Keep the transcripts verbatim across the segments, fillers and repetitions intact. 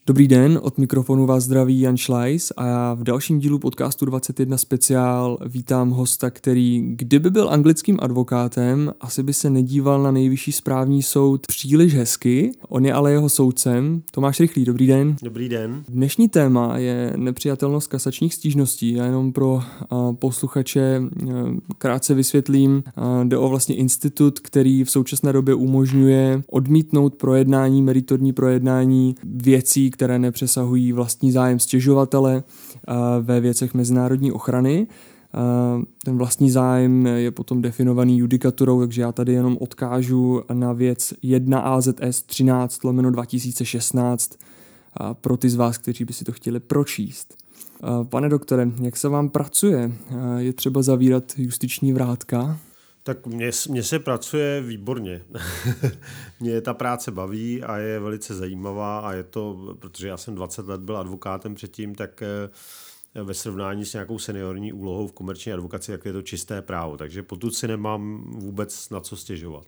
Dobrý den, od mikrofonu vás zdraví Jan Šlajs a já v dalším dílu podcastu dvacet jedna speciál vítám hosta, který, kdyby byl anglickým advokátem, asi by se nedíval na Nejvyšší správní soud příliš hezky, on je ale jeho soudcem. Tomáš Rychlý, dobrý den. Dobrý den. Dnešní téma je nepřijatelnost kasačních stížností. Já jenom pro uh, posluchače uh, krátce vysvětlím. Uh, jde o vlastně institut, který v současné době umožňuje odmítnout projednání, meritorní projednání věcí, které nepřesahují vlastní zájem stěžovatele ve věcech mezinárodní ochrany. Ten vlastní zájem je potom definovaný judikaturou, takže já tady jenom odkážu na věc jedna A Z S třináct lomeno dva tisíce šestnáct pro ty z vás, kteří by si to chtěli pročíst. Pane doktore, jak se vám pracuje? Je třeba zavírat justiční vrátka? Tak mně, mně se pracuje výborně. Mě ta práce baví a je velice zajímavá a je to, protože já jsem dvacet let byl advokátem předtím, tak ve srovnání s nějakou seniorní úlohou v komerční advokaci, jak je to čisté právo. Takže potud si nemám vůbec na co stěžovat.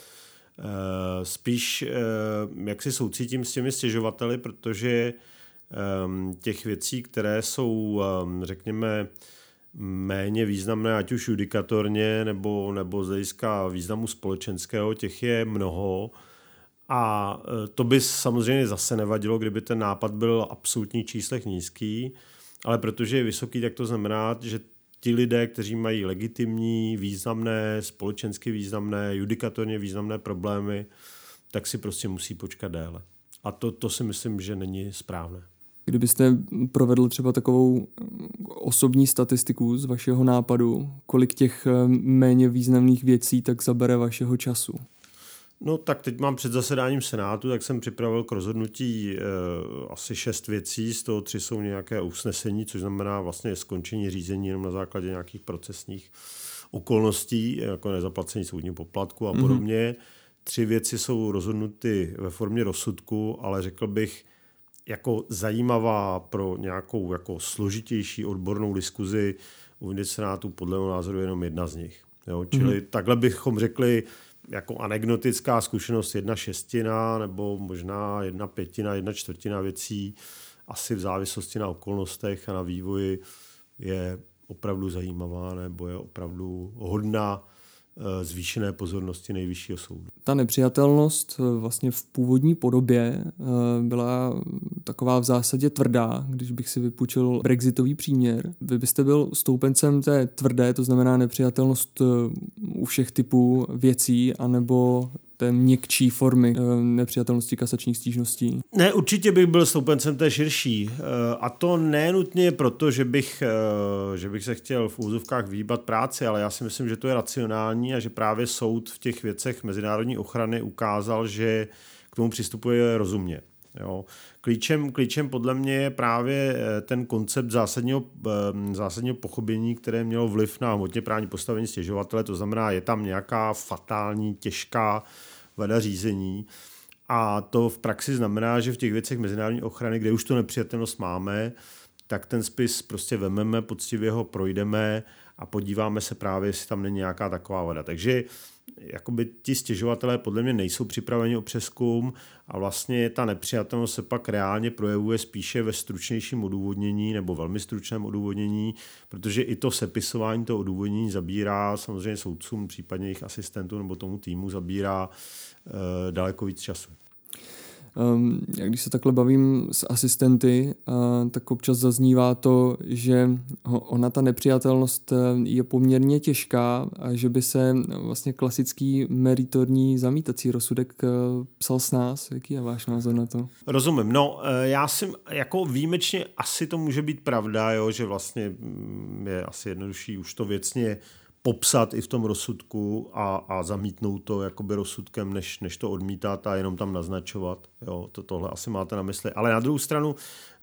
Spíš jak si soucítím s těmi stěžovateli, protože těch věcí, které jsou, řekněme, méně významné, ať už judikatorně nebo, nebo z hlediska významu společenského, těch je mnoho. A to by samozřejmě zase nevadilo, kdyby ten nápad byl absolutních číslech nízký, ale protože je vysoký, tak to znamená, že ti lidé, kteří mají legitimní, významné, společensky významné, judikatorně významné problémy, tak si prostě musí počkat déle. A to, to si myslím, že není správné. Kdybyste provedl třeba takovou osobní statistiku z vašeho nápadu, kolik těch méně významných věcí tak zabere vašeho času? No tak teď mám před zasedáním Senátu, tak jsem připravil k rozhodnutí e, asi šest věcí, z toho tři jsou nějaké usnesení, což znamená vlastně skončení řízení jenom na základě nějakých procesních okolností, jako nezaplacení soudního poplatku a podobně. Mm-hmm. Tři věci jsou rozhodnuty ve formě rozsudku, ale řekl bych, jako zajímavá pro nějakou jako složitější odbornou diskuzi uvnitř Senátu podle mého názoru jenom jedna z nich. Jo? Čili mm-hmm. takhle bychom řekli jako anekdotická zkušenost jedna šestina nebo možná jedna pětina, jedna čtvrtina věcí asi v závislosti na okolnostech a na vývoji je opravdu zajímavá nebo je opravdu hodná zvýšené pozornosti Nejvyššího soudu. Ta nepřijatelnost vlastně v původní podobě byla taková v zásadě tvrdá, když bych si vypůjčil brexitový příměr. Vy byste byl stoupencem té tvrdé, to znamená nepřijatelnost u všech typů věcí, anebo té měkčí formy nepřijatelnosti kasačních stížností? Ne, určitě bych byl stoupencem té širší. A to nenutně proto, že bych, že bych se chtěl v úzovkách vyhýbat práci, ale já si myslím, že to je racionální a že právě soud v těch věcech mezinárodní ochrany ukázal, že k tomu přistupuje rozumně. Jo. Klíčem, klíčem podle mě je právě ten koncept zásadního, zásadního pochopení, které mělo vliv na hmotně právní postavení stěžovatele, to znamená, je tam nějaká fatální, těžká vada řízení a to v praxi znamená, že v těch věcech mezinárodní ochrany, kde už to nepřijatelnost máme, tak ten spis prostě vememe, poctivě ho projdeme a podíváme se právě, jestli tam není nějaká taková vada. Takže jakoby ti stěžovatelé podle mě nejsou připraveni o přezkum a vlastně ta nepřijatelnost se pak reálně projevuje spíše ve stručnějším odůvodnění nebo velmi stručném odůvodnění, protože i to sepisování toho odůvodnění zabírá samozřejmě soudcům, případně jejich asistentům nebo tomu týmu zabírá e, daleko víc času. Um, když se takhle bavím s asistenty, uh, tak občas zaznívá to, že ona ta nepřijatelnost je poměrně těžká a že by se vlastně klasický meritorní zamítací rozsudek uh, psal s nás. Jaký je váš názor na to? Rozumím. No, já si jako výjimečně asi to může být pravda, jo, že vlastně je asi jednodušší už to věcně popsat i v tom rozsudku a, a zamítnout to jakoby rozsudkem, než, než to odmítat a jenom tam naznačovat. Jo, to, tohle asi máte na mysli. Ale na druhou stranu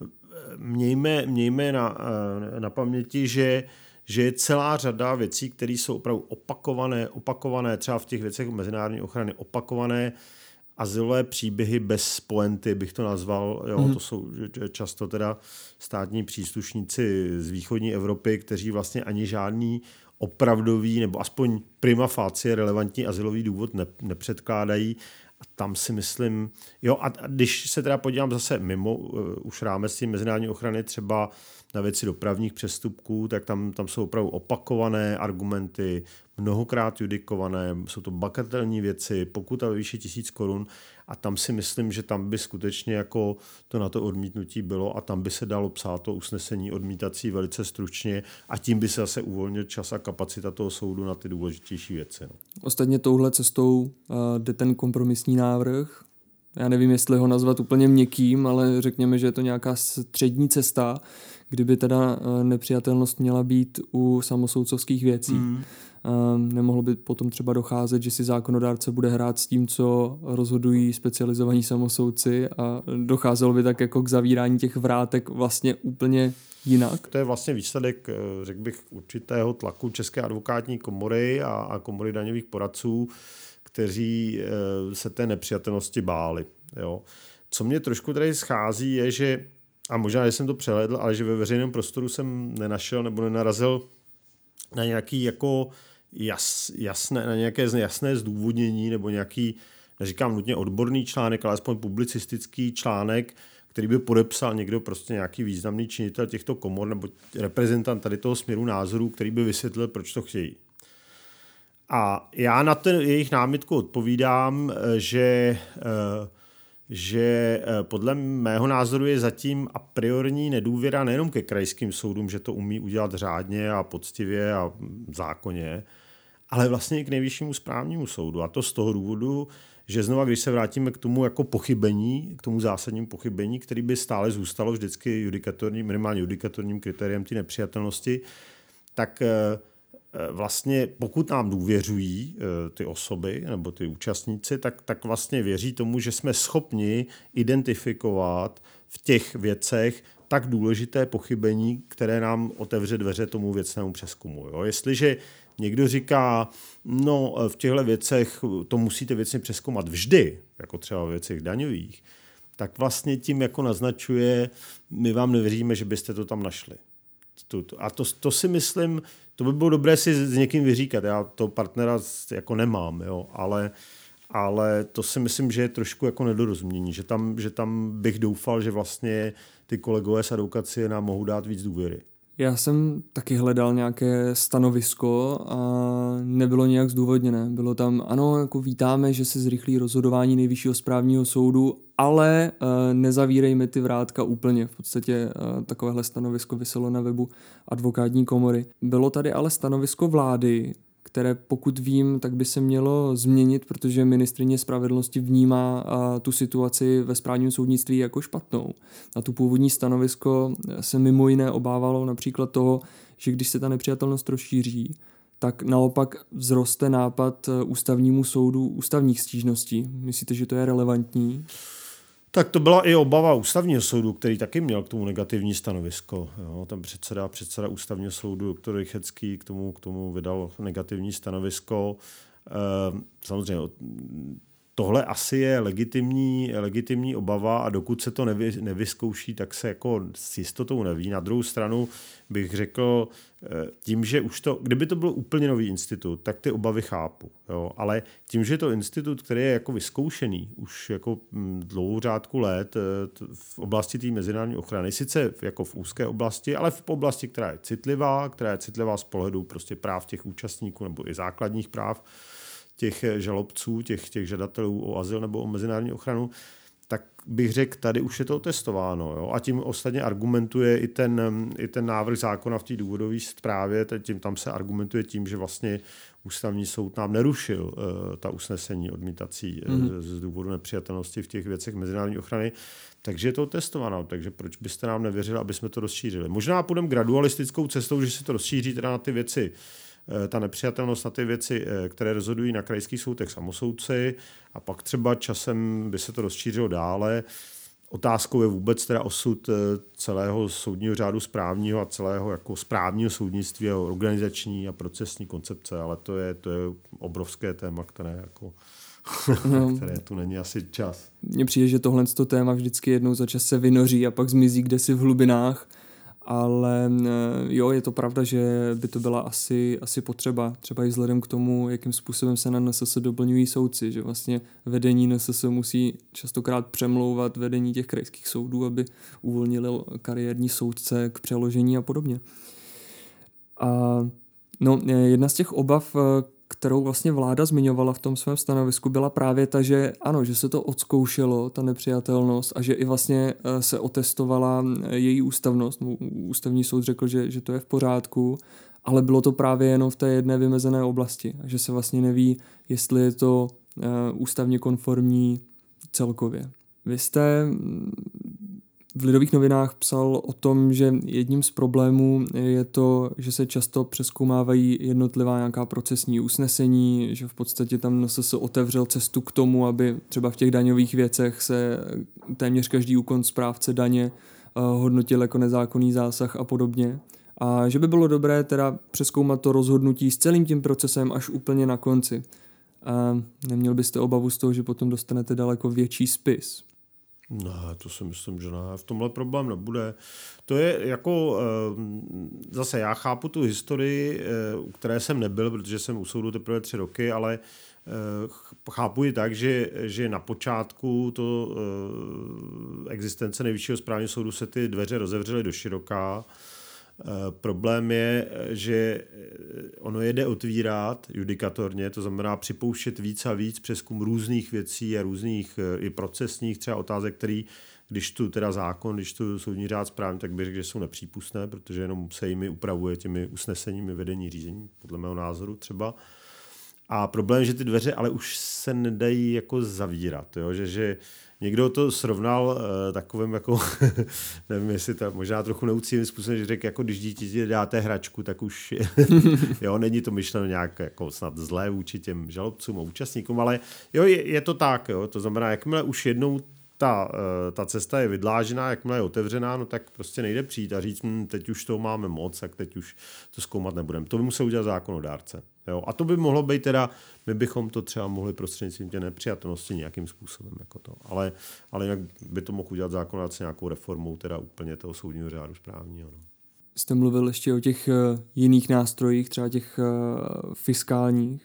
mějme, mějme na, na paměti, že, že je celá řada věcí, které jsou opravdu opakované, opakované třeba v těch věcech mezinárodní ochrany, opakované azylové příběhy bez pointy, bych to nazval. Jo, mm. To jsou často teda státní příslušníci z východní Evropy, kteří vlastně ani žádný opravdový nebo aspoň prima facie relevantní azylový důvod ne, nepředkládají A tam si myslím, jo a když se teda podívám zase mimo uh, už rámec té mezinárodní ochrany třeba na věci dopravních přestupků, tak tam, tam jsou opravdu opakované argumenty, mnohokrát judikované, jsou to bagatelní věci, pokuta ve výši tisíc korun a tam si myslím, že tam by skutečně jako to na to odmítnutí bylo a tam by se dalo psát to usnesení odmítací velice stručně a tím by se zase uvolnil čas a kapacita toho soudu na ty důležitější věci. No. Ostatně touhle cestou uh, jde ten kompromisní návrh. Já nevím, jestli ho nazvat úplně měkkým, ale řekněme, že je to nějaká střední cesta, kdyby teda nepřijatelnost měla být u samosoudcovských věcí. Mm. Nemohlo by potom třeba docházet, že si zákonodárce bude hrát s tím, co rozhodují specializovaní samosoudci a docházelo by tak jako k zavírání těch vrátek vlastně úplně jinak. To je vlastně výsledek, řekl bych, určitého tlaku České advokátní komory a, a komory daňových poradců, kteří se té nepřijatelnosti báli. Jo. Co mě trošku tady schází je, že, a možná, že jsem to přehlédl, ale že ve veřejném prostoru jsem nenašel nebo nenarazil na nějaký jako jas, jasné, na nějaké jasné zdůvodnění nebo nějaký, neříkám nutně odborný článek, ale aspoň publicistický článek, který by podepsal někdo, prostě nějaký významný činitel těchto komor nebo reprezentant tady toho směru názorů, který by vysvětlil, proč to chtějí. A já na ten jejich námitku odpovídám, že, že podle mého názoru je zatím a priorní nedůvěra nejenom ke krajským soudům, že to umí udělat řádně a poctivě a zákonně, ale vlastně i k nejvyššímu správnímu soudu. A to z toho důvodu, že znova, když se vrátíme k tomu jako pochybení, k tomu zásadnímu pochybení, který by stále zůstalo vždycky judikatorním, minimálně judikatorním kritériem té nepřijatelnosti, tak vlastně pokud nám důvěřují ty osoby nebo ty účastníci, tak, tak vlastně věří tomu, že jsme schopni identifikovat v těch věcech tak důležité pochybení, které nám otevře dveře tomu věcnému přezkumu. Jo? Jestliže někdo říká, no v těchto věcech to musíte věcně přezkoumat vždy, jako třeba v věcech daňových, tak vlastně tím jako naznačuje, my vám nevěříme, že byste to tam našli. A to, to si myslím, to by bylo dobré si s někým vyříkat. Já toho partnera jako nemám, jo, ale, ale to si myslím, že je trošku jako nedorozumění, že tam, že tam bych doufal, že vlastně ty kolegové z advokacie nám mohou dát víc důvěry. Já jsem taky hledal nějaké stanovisko a nebylo nějak zdůvodněné. Bylo tam, ano, jako vítáme, že se zrychlí rozhodování Nejvyššího správního soudu, ale uh, nezavírejme ty vrátka úplně. V podstatě uh, takovéhle stanovisko viselo na webu advokátní komory. Bylo tady ale stanovisko vlády, které pokud vím, tak by se mělo změnit, protože ministryně spravedlnosti vnímá uh, tu situaci ve správním soudnictví jako špatnou. A tu původní stanovisko se mimo jiné obávalo například toho, že když se ta nepřijatelnost rozšíří, tak naopak vzroste nápad ústavnímu soudu ústavních stížností. Myslíte, že to je relevantní? Tak to byla i obava ústavního soudu, který taky měl k tomu negativní stanovisko. Jo, tam předseda, předseda ústavního soudu, doktor Rychecký, k tomu, k tomu vydal negativní stanovisko. E, samozřejmě tohle asi je legitimní, legitimní obava a dokud se to nevy, nevyzkouší, tak se jako s jistotou neví. Na druhou stranu bych řekl, tím, že už to, kdyby to byl úplně nový institut, tak ty obavy chápu. Jo? Ale tím, že je to institut, který je jako vyzkoušený už jako dlouhou řádku let v oblasti té mezinárodní ochrany, sice jako v úzké oblasti, ale v oblasti, která je citlivá, která je citlivá z pohledu prostě práv těch účastníků nebo i základních práv těch žalobců, těch, těch žadatelů o azyl nebo o mezinárodní ochranu, tak bych řekl, tady už je to testováno. Jo? A tím ostatně argumentuje i ten, i ten návrh zákona v té důvodové zprávě, tím tam se argumentuje tím, že vlastně ústavní soud nám nerušil uh, ta usnesení odmítací mm-hmm. z, z důvodu nepřijatelnosti v těch věcech mezinárodní ochrany, takže je to testováno. Takže proč byste nám nevěřili, aby jsme to rozšířili? Možná půjdeme gradualistickou cestou, že se to rozšíří teda na ty věci, ta nepřijatelnost na ty věci, které rozhodují na krajských soudech samosoudci a pak třeba časem by se to rozšířilo dále. Otázkou je vůbec teda osud celého soudního řádu správního a celého jako správního soudnictví a organizační a procesní koncepce, ale to je, to je obrovské téma, které jako no. které tu není asi čas. Mně přijde, že tohle téma vždycky jednou za čas se vynoří a pak zmizí kdesi v hlubinách ale jo, je to pravda, že by to byla asi, asi potřeba, třeba i vzhledem k tomu, jakým způsobem se na N S S doplňují soudci, že vlastně vedení N S S musí častokrát přemlouvat vedení těch krajských soudů, aby uvolnili kariérní soudce k přeložení a podobně. A no, jedna z těch obav, kterou vlastně vláda zmiňovala v tom svém stanovisku, byla právě ta, že ano, že se to odzkoušelo, ta nepřijatelnost, a že i vlastně se otestovala její ústavnost. Ústavní soud řekl, že, že to je v pořádku, ale bylo to právě jenom v té jedné vymezené oblasti a že se vlastně neví, jestli je to ústavně konformní celkově. Vy jste v Lidových novinách psal o tom, že jedním z problémů je to, že se často přezkoumávají jednotlivá nějaká procesní usnesení, že v podstatě tam se otevřel cestu k tomu, aby třeba v těch daňových věcech se téměř každý úkon správce daně hodnotil jako nezákonný zásah a podobně. A že by bylo dobré teda přezkoumat to rozhodnutí s celým tím procesem až úplně na konci. A neměl byste obavu z toho, že potom dostanete daleko větší spis? Ne, to si myslím, že ne. V tomhle problém nebude. To je jako, zase já chápu tu historii, u které jsem nebyl, protože jsem u soudu teprve tři roky, ale chápu ji tak, že, že na počátku to existence Nejvyššího správního soudu se ty dveře rozevřely do široká. Problém je, že ono jede otvírat judikatorně, to znamená připouštět víc a víc přezkum různých věcí a různých i procesních třeba otázek, který, když tu teda zákon, když tu soudní řád správně, tak bych řekl, že jsou nepřípustné, protože jenom se jimi upravuje těmi usneseními vedení řízení, podle mého názoru třeba. A problém je, že ty dveře ale už se nedají jako zavírat, jo? Že, že někdo to srovnal uh, takovým jako, nevím, jestli to možná trochu neuctivým způsobem, že řekl, jako když dítěti dáte hračku, tak už, jo, není to myšleno nějak jako snad zlé vůči těm žalobcům a účastníkům, ale jo, je, je to tak, jo, to znamená, jakmile už jednou ta, uh, ta cesta je vydlážená, jakmile je otevřená, no tak prostě nejde přijít a říct, hm, teď už toho máme moc, tak teď už to zkoumat nebudeme. To by musel udělat zákonodárce. Jo, a to by mohlo být teda, my bychom to třeba mohli prostřednictvím té nepřijatelnosti nějakým způsobem jako to, ale, ale jinak by to mohl udělat zákonodárce nějakou reformou teda úplně toho soudního řádu správního. No. Jste mluvil ještě o těch uh, jiných nástrojích, třeba těch uh, fiskálních,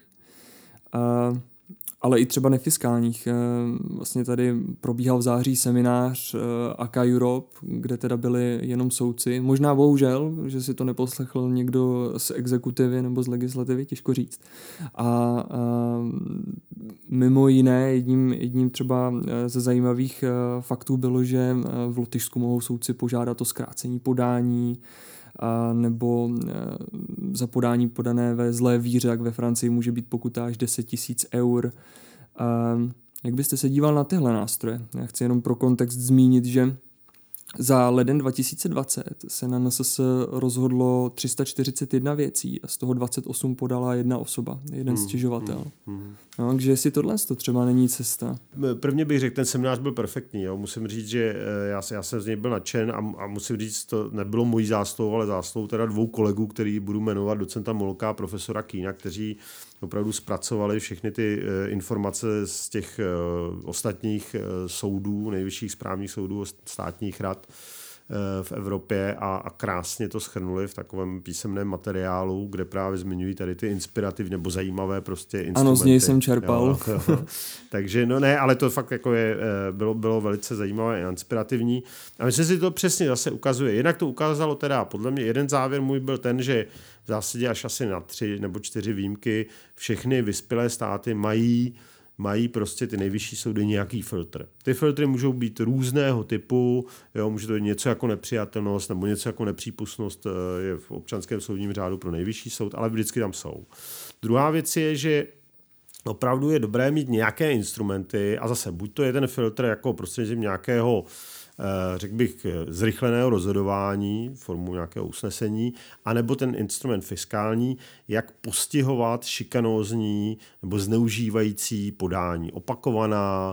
uh, ale i třeba nefiskálních. Uh, vlastně tady probíhal v září seminář uh, A K Europe, kde teda byli jenom soudci. Možná bohužel, že si to neposlechl někdo z exekutivy nebo z legislativy, těžko říct. A uh, mimo jiné, jedním, jedním třeba ze zajímavých uh, faktů bylo, že uh, v Lotyšsku mohou soudci požádat o zkrácení podání, a nebo za podání podané ve zlé víře, jak ve Francii může být pokuta až deset tisíc eur. A jak byste se díval na tyhle nástroje? Já chci jenom pro kontext zmínit, že za leden dva tisíce dvacet se na N S S rozhodlo tři sta čtyřicet jedna věcí a z toho dvacet osm podala jedna osoba, jeden hmm, stěžovatel. Hmm, hmm. No, takže jestli tohle to třeba není cesta. Prvně bych řekl, ten seminář byl perfektní. Jo. Musím říct, že já, já jsem z něj byl nadšen a, a musím říct, to nebylo mojí zásluhou, ale zásluhou teda dvou kolegů, který budu jmenovat, docenta Molka a profesora Kýna, kteří opravdu zpracovali všechny ty uh, informace z těch uh, ostatních uh, soudů, nejvyšších správních soudů, státních rad uh, v Evropě a, a krásně to shrnuli v takovém písemném materiálu, kde právě zmiňují tady ty inspirativní nebo zajímavé prostě instrumenty. Ano, z něj jsem čerpal. Jo, jo. Takže no ne, ale to fakt jako je, bylo, bylo velice zajímavé a inspirativní. A myslím si, to přesně zase ukazuje. Jednak to ukázalo teda, podle mě jeden závěr můj byl ten, že v zásadě až asi na tři nebo čtyři výjimky všechny vyspělé státy mají, mají prostě ty nejvyšší soudy nějaký filtr. Ty filtry můžou být různého typu, jo, může to být něco jako nepřijatelnost nebo něco jako nepřípustnost je v občanském soudním řádu pro nejvyšší soud, ale vždycky tam jsou. Druhá věc je, že opravdu je dobré mít nějaké instrumenty a zase buď to je ten filtr jako prostřednictvím nějakého, řekl bych, zrychleného rozhodování formou nějakého usnesení, anebo ten instrument fiskální, jak postihovat šikanózní nebo zneužívající podání, opakovaná,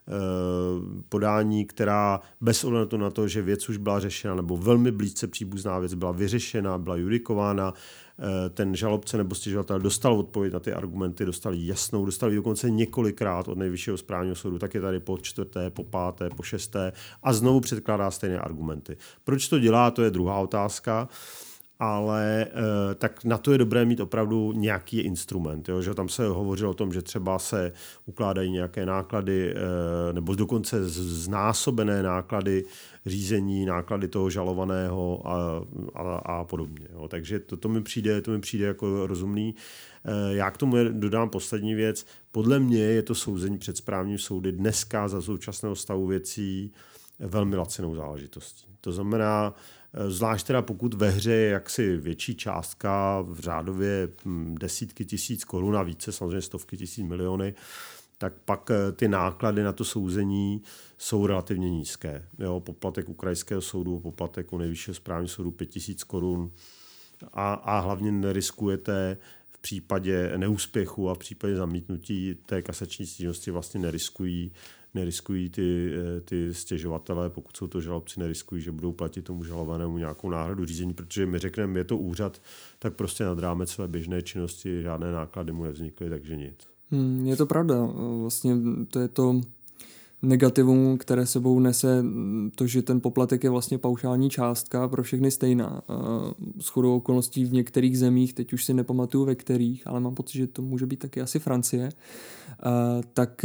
podání, která bez ohledu na to, že věc už byla řešena, nebo velmi blízce příbuzná věc byla vyřešena, byla judikována, ten žalobce nebo stěžovatel dostal odpověď na ty argumenty, dostal jasnou, dostal dokonce několikrát od Nejvyššího správního soudu, tak je tady po čtvrté, po páté, po šesté a znovu předkládá stejné argumenty. Proč to dělá, to je druhá otázka. Ale tak na to je dobré mít opravdu nějaký instrument. Jo? Že tam se hovořilo o tom, že třeba se ukládají nějaké náklady nebo dokonce znásobené náklady řízení, náklady toho žalovaného a, a, a podobně. Jo? Takže to, to, mi přijde, to mi přijde jako rozumný. Já k tomu dodám poslední věc. Podle mě je to souzení před správním soudy dneska za současného stavu věcí velmi lacinou záležitostí. To znamená, zvlášť teda pokud ve hře je jaksi větší částka v řádově desítky tisíc korun a více, samozřejmě stovky tisíc miliony, tak pak ty náklady na to souzení jsou relativně nízké. Jo, poplatek u krajského soudu, poplatek u Nejvyššího správního soudu pět tisíc korun a, a hlavně neriskujete v případě neúspěchu a v případě zamítnutí té kasační stížnosti vlastně neriskují neriskují ty, ty stěžovatelé, pokud jsou to žalobci, neriskují, že budou platit tomu žalovanému nějakou náhradu řízení, protože my řekneme, je to úřad, tak prostě nad rámec své běžné činnosti žádné náklady mu nevznikly, takže nic. Hmm, je to pravda. Vlastně to je to negativum, které sebou nese to, že ten poplatek je vlastně paušální částka pro všechny stejná. Shodou okolností v některých zemích, teď už si nepamatuju ve kterých, ale mám pocit, že to může být taky asi Francie, tak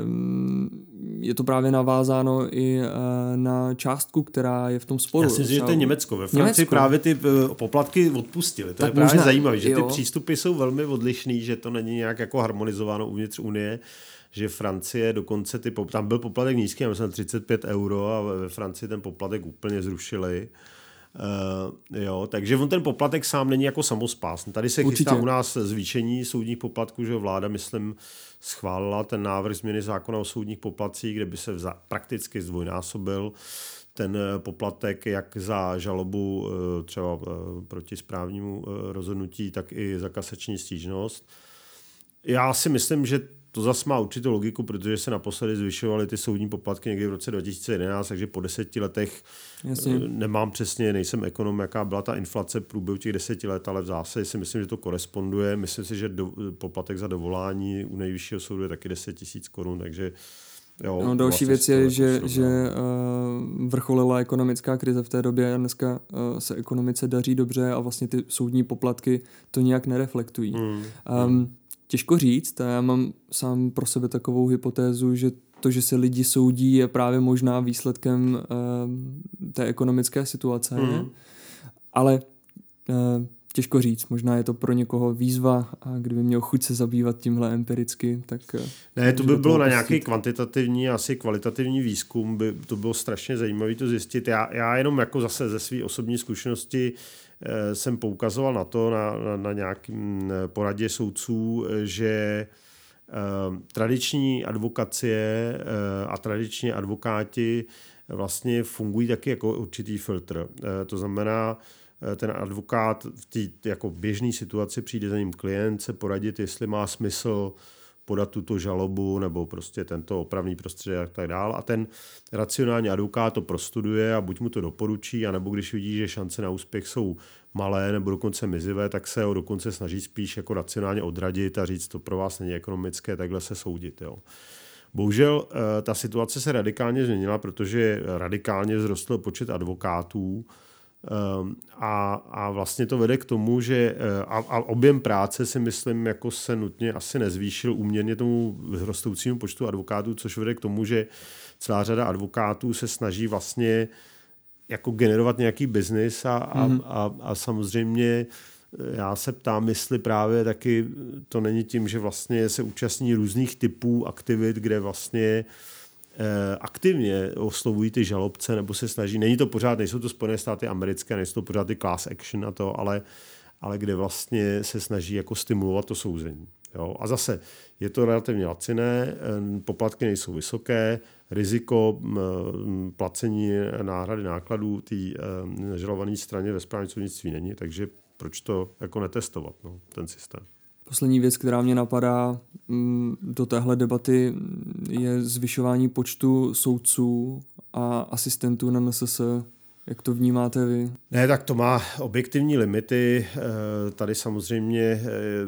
je to právě navázáno i na částku, která je v tom sporu. Já si myslím, že to je Německo. Ve Francii Německo. Právě ty poplatky odpustili. To tak je právě možná, zajímavé, že jo. Ty přístupy jsou velmi odlišný, že to není nějak jako harmonizováno uvnitř Unie, že Francie dokonce, ty, tam byl poplatek nízký, já myslím třicet pět euro a ve Francii ten poplatek úplně zrušili. Uh, jo, takže on ten poplatek sám není jako samospás. Tady se Určitě. chystá u nás zvýšení soudních poplatků, že vláda, myslím, schválila ten návrh změny zákona o soudních poplatcích, kde by se vza, prakticky zdvojnásobil ten poplatek jak za žalobu třeba proti správnímu rozhodnutí, tak i za kasační stížnost. Já si myslím, že to zase má určitou logiku, protože se naposledy zvyšovaly ty soudní poplatky někdy v roce dva tisíce jedenáct, takže po deseti letech Jasně. nemám přesně, nejsem ekonom, jaká byla ta inflace v průběhu těch deseti let, ale v zásadě si myslím, že to koresponduje. Myslím si, že do, poplatek za dovolání u Nejvyššího soudu je taky deset tisíc korun, takže jo. No, další vlastně věc je, že, že uh, vrcholila ekonomická krize v té době a dneska uh, se ekonomice daří dobře a vlastně ty soudní poplatky to nějak nereflektují. Hmm. Um, Těžko říct, já mám sám pro sebe takovou hypotézu, že to, že se lidi soudí, je právě možná výsledkem uh, té ekonomické situace. Mm. Ale uh, těžko říct, možná je to pro někoho výzva a kdyby měl chuť se zabývat tímhle empiricky, tak... Uh, ne, to by bylo na nějaký kvantitativní, asi kvalitativní výzkum, by to bylo strašně zajímavé to zjistit. Já, já jenom jako zase ze své osobní zkušenosti jsem poukazoval na to, na, na, na nějakým poradě soudců, že eh, tradiční advokacie eh, a tradiční advokáti vlastně fungují taky jako určitý filtr. Eh, to znamená, eh, ten advokát v té jako běžné situaci přijde za ním klient se poradit, jestli má smysl podat tuto žalobu nebo prostě tento opravný prostředek a tak dál. A ten racionální advokát to prostuduje a buď mu to doporučí, anebo když vidí, že šance na úspěch jsou malé nebo dokonce mizivé, tak se ho dokonce snaží spíš jako racionálně odradit a říct, to pro vás není ekonomické, takhle se soudit. Jo. Bohužel ta situace se radikálně změnila, protože radikálně vzrostl počet advokátů, A, a vlastně to vede k tomu, že a, a objem práce si myslím, jako se nutně asi nezvýšil úměrně tomu rostoucímu počtu advokátů, což vede k tomu, že celá řada advokátů se snaží vlastně jako generovat nějaký biznis a, a, mm-hmm. a, a samozřejmě já se ptám, jestli právě taky to není tím, že vlastně se účastní různých typů aktivit, kde vlastně aktivně oslovují ty žalobce nebo se snaží, není to pořád, nejsou to Spojené státy americké, nejsou to pořád ty class action a to, ale, ale kde vlastně se snaží jako stimulovat to souzení. Jo? A zase je to relativně laciné, poplatky nejsou vysoké, riziko placení náhrady nákladů té žalované straně ve správním soudnictví není, takže proč to jako netestovat, no, ten systém. Poslední věc, která mě napadá do téhle debaty, je zvyšování počtu soudců a asistentů na N S S. Jak to vnímáte vy? Ne, tak to má objektivní limity. Tady samozřejmě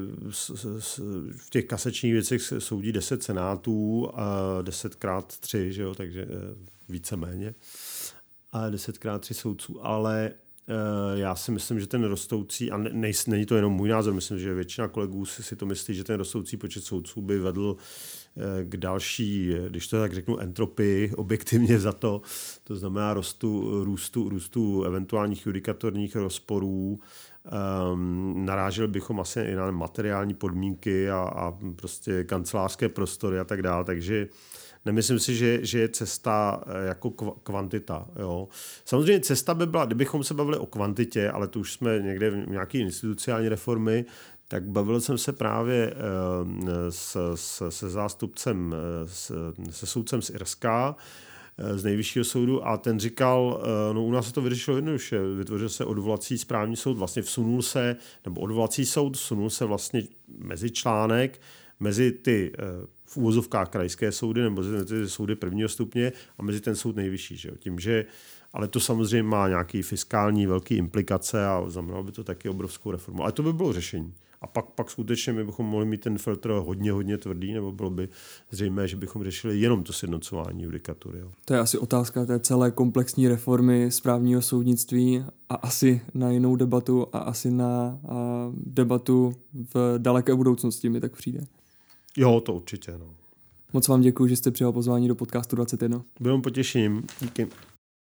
v těch kasačních věcech soudí deset senátů a deset krát tři, že jo, takže víceméně. A deset krát tři soudců, ale já si myslím, že ten rostoucí, a ne, není to jenom můj názor, myslím, že většina kolegů si, si to myslí, že ten rostoucí počet soudců by vedl k další, když to tak řeknu, entropii, objektivně za to, to znamená rostu, růstu, růstu eventuálních judikatorních rozporů. Um, naráželi bychom asi i na materiální podmínky a, a prostě kancelářské prostory a tak dále, takže nemyslím si, že, že je cesta jako kvantita. Jo. Samozřejmě cesta by byla, kdybychom se bavili o kvantitě, ale to už jsme někde v nějaké institucionální reformy, tak bavil jsem se právě s, s, se zástupcem, s, se soudcem z Irska, z nejvyššího soudu, a ten říkal, no u nás se to vyřešilo jednoduše, vytvořil se odvolací správní soud, vlastně vsunul se, nebo odvolací soud, vsunul se vlastně mezi článek, mezi ty v úvozovkách krajské soudy nebo mezi ty soudy prvního stupně a mezi ten soud nejvyšší. Že jo? Tím, že, ale to samozřejmě má nějaký fiskální velký implikace a znamenalo by to taky obrovskou reformu. Ale to by bylo řešení. A pak, pak skutečně my bychom mohli mít ten filtr hodně, hodně tvrdý, nebo bylo by zřejmé, že bychom řešili jenom to sjednocování judikatury. Jo. To je asi otázka té celé komplexní reformy správního soudnictví a asi na jinou debatu a asi na a debatu v daleké budoucnosti mi tak přijde. Jo, to určitě. No. Moc vám děkuji, že jste přijal pozvání do podcastu dvacet jedna. Bylo potěšením. Díky.